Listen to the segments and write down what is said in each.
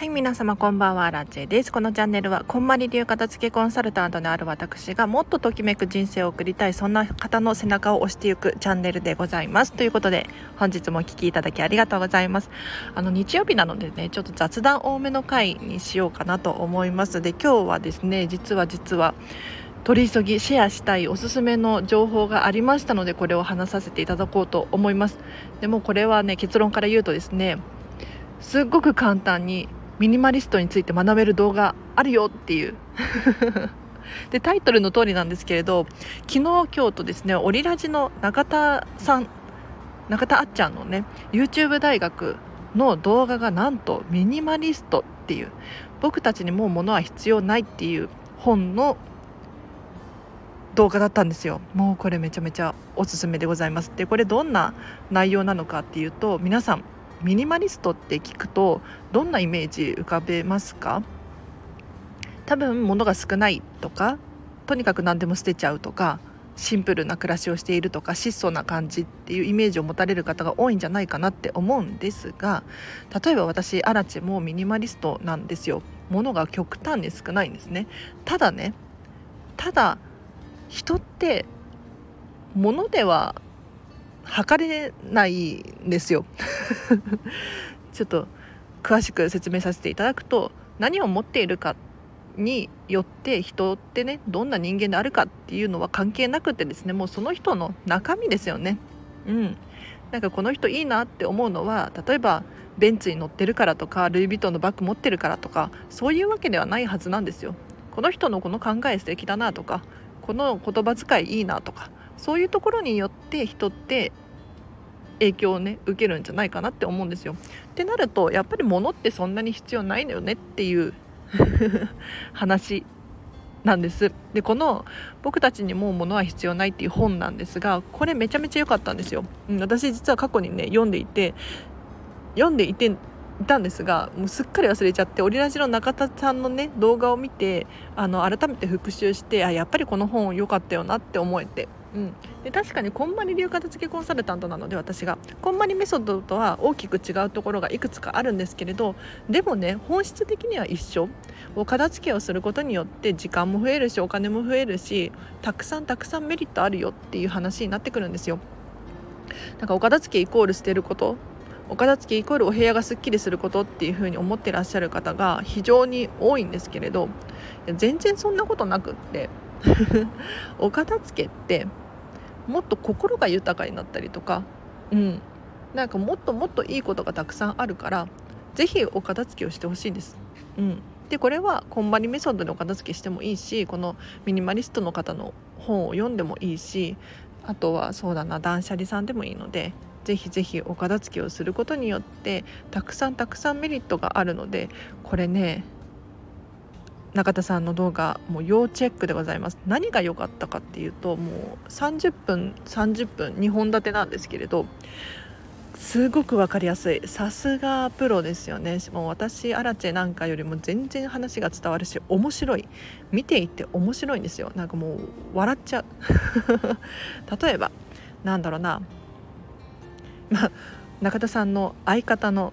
い、皆様こんばんは、ラチェです。このチャンネルはこんまり流片付けコンサルタントである私がもっとときめく人生を送りたい、そんな方の背中を押していくチャンネルでございます。ということで本日もお聞きいただきありがとうございます。日曜日なのでね、ちょっと雑談多めの回にしようかなと思います。で、今日はですね、実は取り急ぎシェアしたいおすすめの情報がありましたので、これを話させていただこうと思います。でもこれはね、結論から言うとですね、すっごく簡単にミニマリストについて学べる動画あるよっていうで、タイトルの通りなんですけれど、昨日今日とですね、オリラジの中田あっちゃんのね YouTube 大学の動画がなんとミニマリストっていう、僕たちにもう物は必要ないっていう本の動画だったんですよ。もうこれめちゃめちゃおすすめでございます。で、これどんな内容なのかっていうと、皆さんミニマリストって聞くとどんなイメージ浮かべますか？多分物が少ないとか、とにかく何でも捨てちゃうとか、シンプルな暮らしをしているとか、質素な感じっていうイメージを持たれる方が多いんじゃないかなって思うんですが、例えば私アラチェもミニマリストなんですよ。物が極端に少ないんですね。ただ人って物では測れないんですよちょっと詳しく説明させていただくと、何を持っているかによって人ってね、どんな人間であるかっていうのは関係なくてですね、もうその人の中身ですよね。なんかこの人いいなって思うのは、例えばベンツに乗ってるからとか、ルイ・ヴィトンのバッグ持ってるからとか、そういうわけではないはずなんですよ。この人のこの考え素敵だなとか、この言葉遣いいいなとか、そういうところによって人って影響をね受けるんじゃないかなって思うんですよ。ってなると、やっぱり物ってそんなに必要ないのよねっていう話なんです。で、この僕たちにもう物は必要ないっていう本なんですが、これめちゃめちゃ良かったんですよ。私実は過去にね読んでいたんですが、もうすっかり忘れちゃって、オリラジの中田さんのね動画を見て、改めて復習して、やっぱりこの本良かったよなって思えて、で、確かにこんまり流片付けコンサルタントなので、私がこんまりメソッドとは大きく違うところがいくつかあるんですけれど、でもね、本質的には一緒。片付けをすることによって時間も増えるし、お金も増えるし、たくさんメリットあるよっていう話になってくるんですよ。なんかお片付けイコール捨てること、お片付けイコールお部屋がすっきりすることっていう風に思ってらっしゃる方が非常に多いんですけれど、全然そんなことなくってお片付けってもっと心が豊かになったりとか、なんかもっともっといいことがたくさんあるから、ぜひお片付けをしてほしいんです。で、これはこんまりメソッドでお片付けしてもいいし、このミニマリストの方の本を読んでもいいし、あとはそうだな、断捨離さんでもいいので、ぜひぜひお片付けをすることによってたくさんメリットがあるので、これね、中田さんの動画もう要チェックでございます。何が良かったかっていうと、もう30分2本立てなんですけれど、すごく分かりやすい。さすがプロですよね。もう私アラチェなんかよりも全然話が伝わるし、面白い、見ていて面白いんですよ。なんかもう笑っちゃう例えばなんだろうな、中田さんの相方の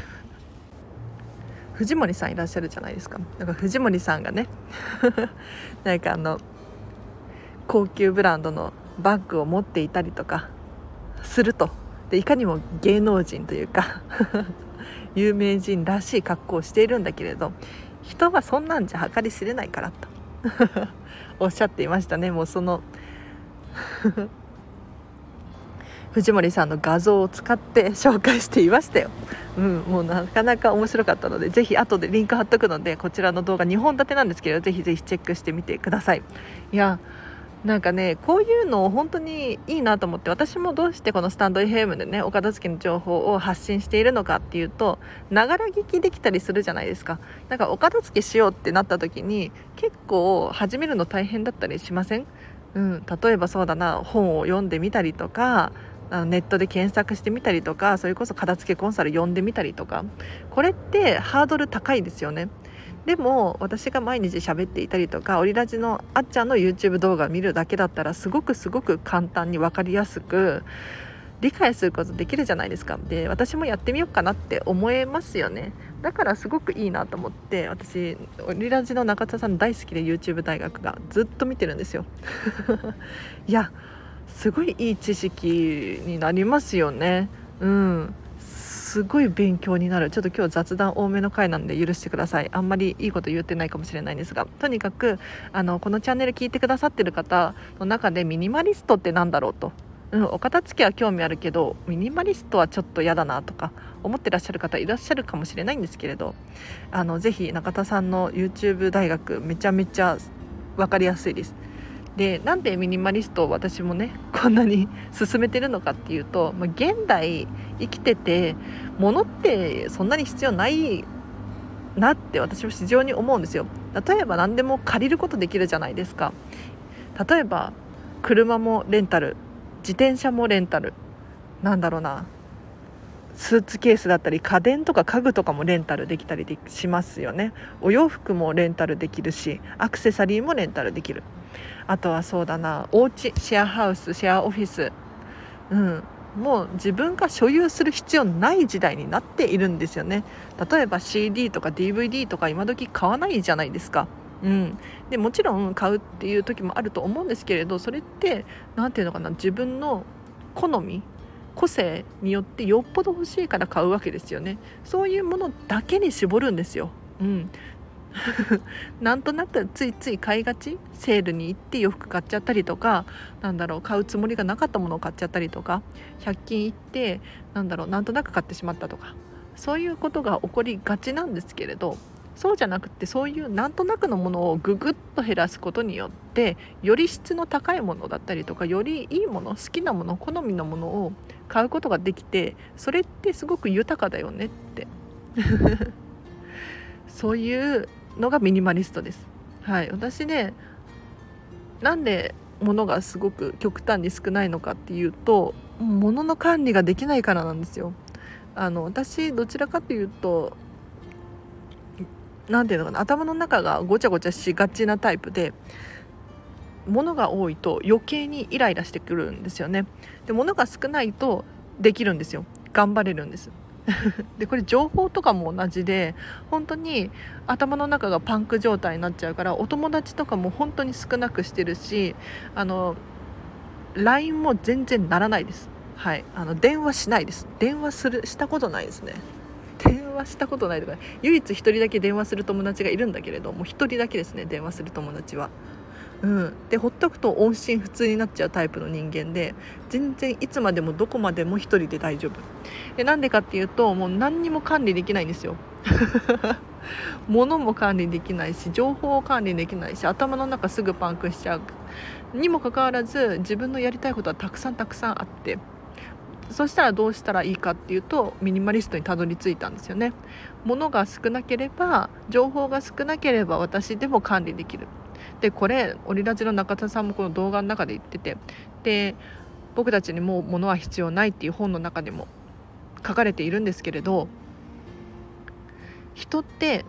藤森さんいらっしゃるじゃないですか。なんか藤森さんがねなんか高級ブランドのバッグを持っていたりとかすると、でいかにも芸能人というか有名人らしい格好をしているんだけれど、人はそんなんじゃ計り知れないからとおっしゃっていましたね。もうその藤森さんの画像を使って紹介していましたよ。もうなかなか面白かったので、ぜひ後でリンク貼っとくので、こちらの動画2本立てなんですけど、ぜひぜひチェックしてみてください。いや、なんかね、こういうの本当にいいなと思って、私もどうしてこのスタンド FM でねお片付けの情報を発信しているのかっていうと、ながら聞きできたりするじゃないですか。なんかお片付けしようってなった時に結構始めるの大変だったりしません？例えばそうだな、本を読んでみたりとか、ネットで検索してみたりとか、それこそ片付けコンサル読んでみたりとか、これってハードル高いですよね。でも私が毎日喋っていたりとか、オリラジのあっちゃんの YouTube 動画を見るだけだったら、すごく簡単に分かりやすく理解することできるじゃないですか。で私もやってみようかなって思えますよね。だからすごくいいなと思って、私オリラジの中田さん大好きで YouTube 大学がずっと見てるんですよいやすごいいい知識になりますよね。すごい勉強になる。ちょっと今日雑談多めの回なんで許してください。あんまりいいこと言ってないかもしれないんですが、とにかくこのチャンネル聞いてくださってる方の中でミニマリストってなんだろうと、お片付けは興味あるけどミニマリストはちょっと嫌だなとか思ってらっしゃる方いらっしゃるかもしれないんですけれど、ぜひ中田さんの YouTube 大学めちゃめちゃ分かりやすいです。でなんでミニマリストを私もねこんなに進めてるのかっていうと、現代生きてて物ってそんなに必要ないなって私は非常に思うんですよ。例えば何でも借りることできるじゃないですか。例えば車もレンタル、自転車もレンタル、なんだろうな、スーツケースだったり家電とか家具とかもレンタルできたりしますよね。お洋服もレンタルできるしアクセサリーもレンタルできる。あとはそうだな、お家、シェアハウス、シェアオフィス、もう自分が所有する必要ない時代になっているんですよね。例えば CD とか DVD とか今時買わないじゃないですか。でもちろん買うっていう時もあると思うんですけれど、それってなんていうのかな、自分の好み個性によってよっぽど欲しいから買うわけですよね。そういうものだけに絞るんですよ。なんとなくついつい買いがち、セールに行って洋服買っちゃったりとか、買うつもりがなかったものを買っちゃったりとか、100均行ってなんとなく買ってしまったとか、そういうことが起こりがちなんですけれど、そうじゃなくて、そういうなんとなくのものをぐぐっと減らすことによってより質の高いものだったりとか、よりいいもの、好きなもの、好みのものを買うことができて、それってすごく豊かだよねってそういうのがミニマリストです。私ね、なんで物がすごく極端に少ないのかっていうと、物の管理ができないからなんですよ。私どちらかというと、なんていうのかな、頭の中がごちゃごちゃしがちなタイプで、物が多いと余計にイライラしてくるんですよね。で物が少ないとできるんですよ。頑張れるんですでこれ情報とかも同じで、本当に頭の中がパンク状態になっちゃうから、お友達とかも本当に少なくしてるし、LINE も全然ならないです。電話しないです。電話したことないですね。電話したことないとか、唯一一人だけ電話する友達がいるんだけれども、一人だけですね、電話する友達は。でほっとくと音信不通になっちゃうタイプの人間で、全然いつまでもどこまでも一人で大丈夫で、なんでかっていうと、もう何にも管理できないんですよ物も管理できないし、情報を管理できないし、頭の中すぐパンクしちゃうにもかかわらず、自分のやりたいことはたくさんあって、そしたらどうしたらいいかっていうと、ミニマリストにたどり着いたんですよね。物が少なければ、情報が少なければ私でも管理できる。でこれオリラジの中田さんもこの動画の中で言ってて、で僕たちにもう物は必要ないっていう本の中でも書かれているんですけれど、人って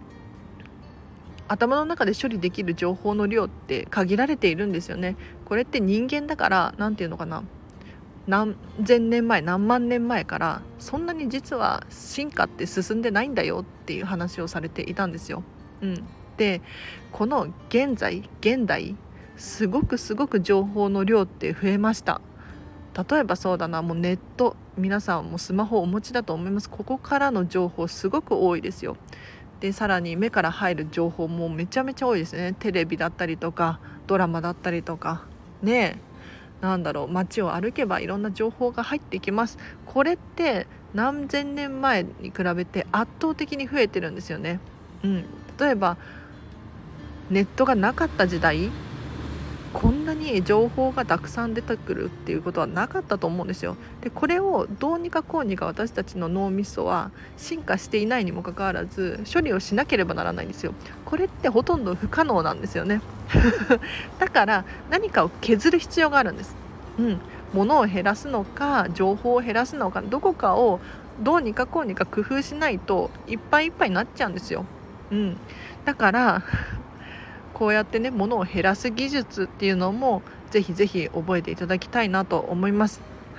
頭の中で処理できる情報の量って限られているんですよね。これって人間だから、なんていうのかな、何千年前何万年前からそんなに実は進化って進んでないんだよっていう話をされていたんですよ。でこの現代すごく情報の量って増えました。例えばそうだな、もうネット、皆さんもスマホをお持ちだと思います。ここからの情報すごく多いですよ。でさらに目から入る情報もめちゃめちゃ多いですね。テレビだったりとかドラマだったりとかね、街を歩けばいろんな情報が入ってきます。これって何千年前に比べて圧倒的に増えてるんですよね。例えばネットがなかった時代、こんなに情報がたくさん出てくるっていうことはなかったと思うんですよ。でこれをどうにかこうにか私たちの脳みそは進化していないにもかかわらず処理をしなければならないんですよ。これってほとんど不可能なんですよねだから何かを削る必要があるんです。物を減らすのか情報を減らすのか、どこかをどうにかこうにか工夫しないといっぱいいっぱいになっちゃうんですよ。だからこうやってね、物を減らす技術っていうのもぜひぜひ覚えていただきたいなと思います。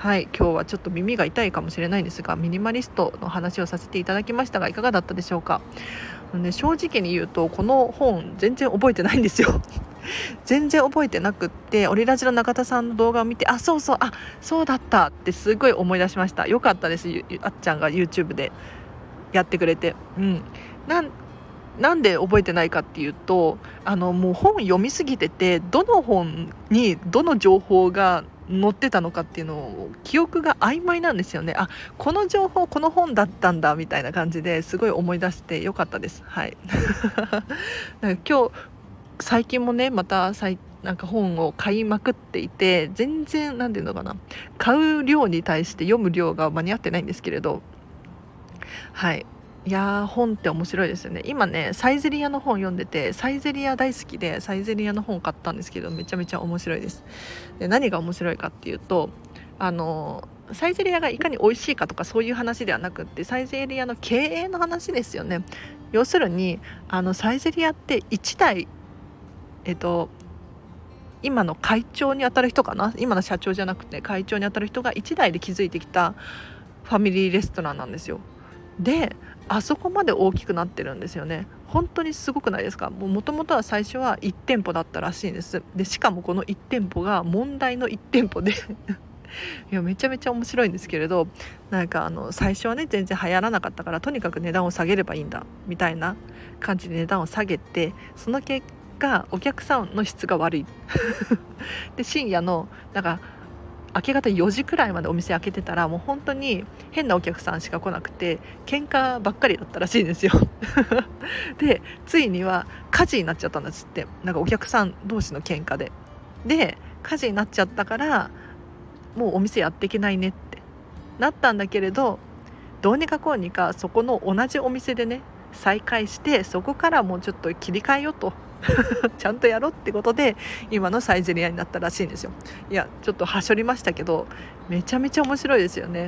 はい、今日はちょっと耳が痛いかもしれないんですが、ミニマリストの話をさせていただきましたが、いかがだったでしょうか。正直に言うとこの本全然覚えてないんですよ全然覚えてなくって、オリラジの中田さんの動画を見て、そうだったってすごい思い出しました。よかったです、あっちゃんが YouTube でやってくれて。なんで覚えてないかっていうと、もう本読みすぎてて、どの本にどの情報が載ってたのかっていうのを記憶が曖昧なんですよね。この情報この本だったんだみたいな感じですごい思い出してよかったです。はいなんか今日最近もね、またなんか本を買いまくっていて、全然なんていうのかな、買う量に対して読む量が間に合ってないんですけれど、はい、いやー、本って面白いですよね。今ねサイゼリアの本読んでて、サイゼリア大好きでサイゼリアの本買ったんですけど、めちゃめちゃ面白いです。で、何が面白いかっていうと、サイゼリアがいかに美味しいかとかそういう話ではなくって、サイゼリアの経営の話ですよね。要するにサイゼリアって1台今の会長にあたる人かな、今の社長じゃなくて会長にあたる人が1台で築いてきたファミリーレストランなんですよ。で、あそこまで大きくなってるんですよね。本当にすごくないですか。もともとは最初は1店舗だったらしいんです。でしかもこの1店舗が問題の1店舗でいや、めちゃめちゃ面白いんですけれど、なんか最初はね全然流行らなかったから、とにかく値段を下げればいいんだみたいな感じで値段を下げて、その結果お客さんの質が悪いで、深夜のなんか明け方4時くらいまでお店開けてたら、もう本当に変なお客さんしか来なくて、喧嘩ばっかりだったらしいんですよで、ついには火事になっちゃったんですって。なんかお客さん同士の喧嘩で火事になっちゃったから、もうお店やっていけないねってなったんだけれど、どうにかこうにかそこの同じお店でね再開して、そこからもうちょっと切り替えようとちゃんとやろうってことで今のサイゼリアになったらしいんですよ。いや、ちょっとはしょりましたけど、めちゃめちゃ面白いですよね。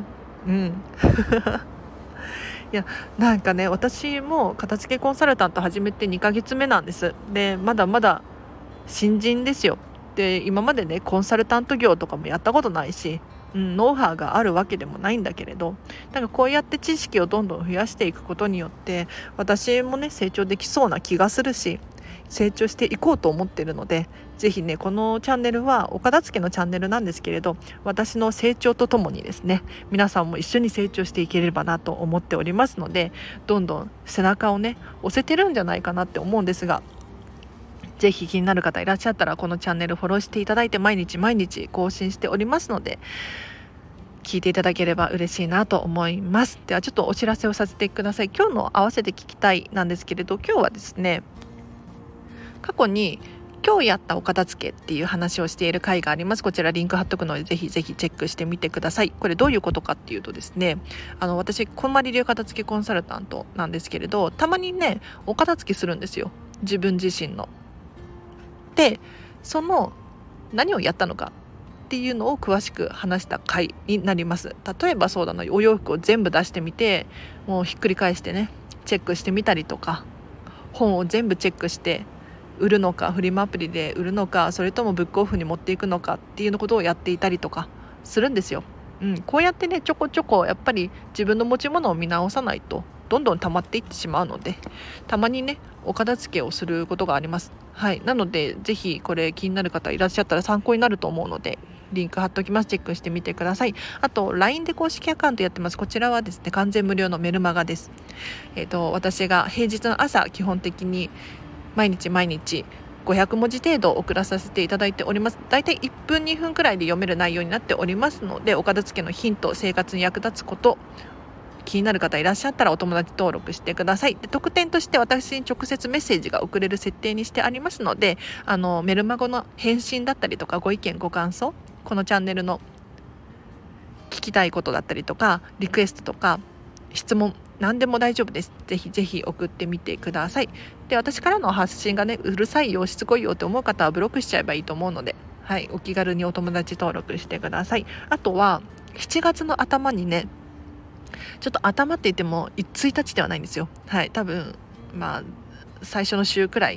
いや、なんかね、私も片付けコンサルタント始めて2ヶ月目なんです。で、まだまだ新人ですよ。で、今までねコンサルタント業とかもやったことないし、ノウハウがあるわけでもないんだけれど、なんかこうやって知識をどんどん増やしていくことによって、私もね成長できそうな気がするし、成長していこうと思っているので、ぜひねこのチャンネルはお片付けのチャンネルなんですけれど、私の成長とともにですね、皆さんも一緒に成長していければなと思っておりますので、どんどん背中をね押せてるんじゃないかなって思うんですが、ぜひ気になる方いらっしゃったらこのチャンネルフォローしていただいて、毎日毎日更新しておりますので、聞いていただければ嬉しいなと思います。ではちょっとお知らせをさせてください。今日の合わせて聞きたいなんですけれど、今日はですね、過去に今日やったお片付けっていう話をしている回があります。こちらリンク貼っとくのでぜひぜひチェックしてみてください。これどういうことかっていうとですね、私こんまり流片付けコンサルタントなんですけれど、たまにねお片付けするんですよ、自分自身の。で、その何をやったのかっていうのを詳しく話した回になります。例えばそうだな、お洋服を全部出してみて、もうひっくり返してねチェックしてみたりとか、本を全部チェックして売るのか、フリマアプリで売るのか、それともブックオフに持っていくのかっていうのことをやっていたりとかするんですよ。こうやってねちょこちょこやっぱり自分の持ち物を見直さないとどんどん溜まっていってしまうので、たまにねお片付けをすることがあります。はい、なのでぜひこれ気になる方いらっしゃったら参考になると思うので、リンク貼っておきます。チェックしてみてください。あと LINE で公式アカウントやってます。こちらはですね完全無料のメルマガです。私が平日の朝基本的に毎日毎日500文字程度送らさせていただいております。だいたい1分2分くらいで読める内容になっておりますので、お片付けのヒント、生活に役立つこと、気になる方いらっしゃったらお友達登録してください。で、特典として私に直接メッセージが送れる設定にしてありますので、メルマガの返信だったりとか、ご意見ご感想、このチャンネルの聞きたいことだったりとか、リクエストとか質問、何でも大丈夫です。ぜひぜひ送ってみてください。で、私からの発信がねうるさいよ、しつこいよって思う方はブロックしちゃえばいいと思うので、はい、お気軽にお友達登録してください。あとは7月の頭にね、ちょっと頭って言っても1日ではないんですよ。はい、多分最初の週くらい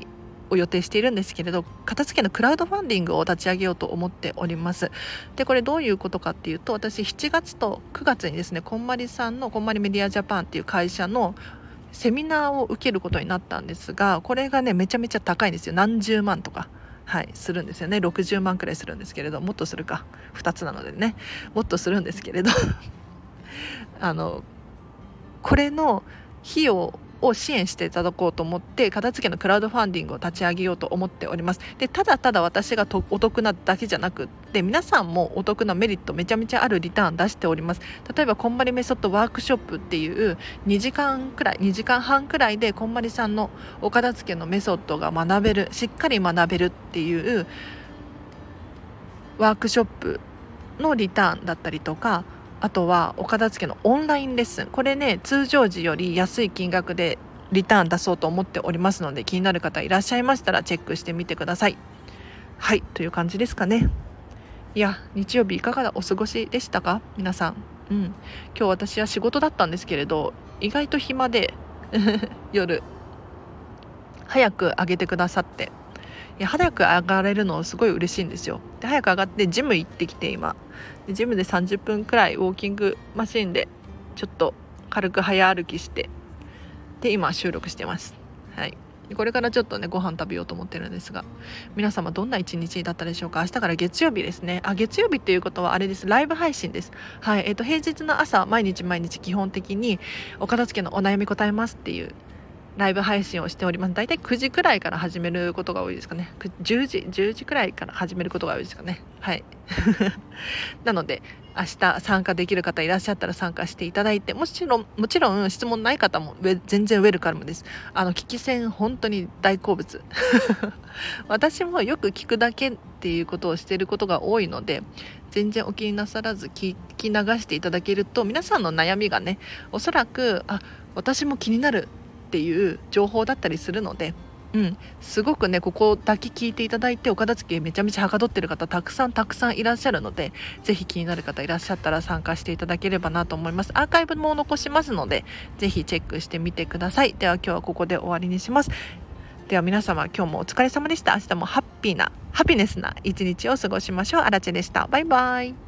を予定しているんですけれど、片付けのクラウドファンディングを立ち上げようと思っております。でこれどういうことかっていうと、私7月と9月にですね、こんまりさんのこんまりメディアジャパンっていう会社のセミナーを受けることになったんですが、これがねめちゃめちゃ高いんですよ。何十万とか、するんですよね。60万くらいするんですけれど、もっとするか、2つなのでね、もっとするんですけれどこれの費用を支援していただこうと思って、片付けのクラウドファンディングを立ち上げようと思っております。でただただ私がお得なだけじゃなくって、皆さんもお得なメリットめちゃめちゃあるリターン出しております。例えばこんまりメソッドワークショップっていう2時間半くらいでこんまりさんのお片付けのメソッドが学べる、しっかり学べるっていうワークショップのリターンだったりとか、あとはお片付けのオンラインレッスン、これね通常時より安い金額でリターン出そうと思っておりますので、気になる方いらっしゃいましたらチェックしてみてください。という感じですかね。いや日曜日いかがお過ごしでしたか皆さん。今日私は仕事だったんですけれど、意外と暇で夜早く上げてくださって、早く上がれるのすごい嬉しいんですよ。で早く上がってジム行ってきて、今でジムで30分くらいウォーキングマシンでちょっと軽く早歩きして、で今収録してます。これからちょっとねご飯食べようと思ってるんですが、皆様どんな一日だったでしょうか。明日から月曜日ですね。月曜日っていうことはあれです、ライブ配信です。平日の朝毎日基本的にお片付けのお悩み答えますっていうライブ配信をしております。だいたい9時くらいから始めることが多いですかね。10時くらいから始めることが多いですかね。なので明日参加できる方いらっしゃったら参加していただいて、もちろん質問ない方も全然ウェルカムです。聞き戦本当に大好物私もよく聞くだけっていうことをしていることが多いので、全然お気になさらず聞き流していただけると、皆さんの悩みがねおそらく私も気になるっていう情報だったりするので、すごくねここだけ聞いていただいてお片付けめちゃめちゃはかどってる方たくさんいらっしゃるので、ぜひ気になる方いらっしゃったら参加していただければなと思います。アーカイブも残しますのでぜひチェックしてみてください。では今日はここで終わりにします。では皆様今日もお疲れ様でした。明日もハピネスな一日を過ごしましょう。あらちでした。バイバイ。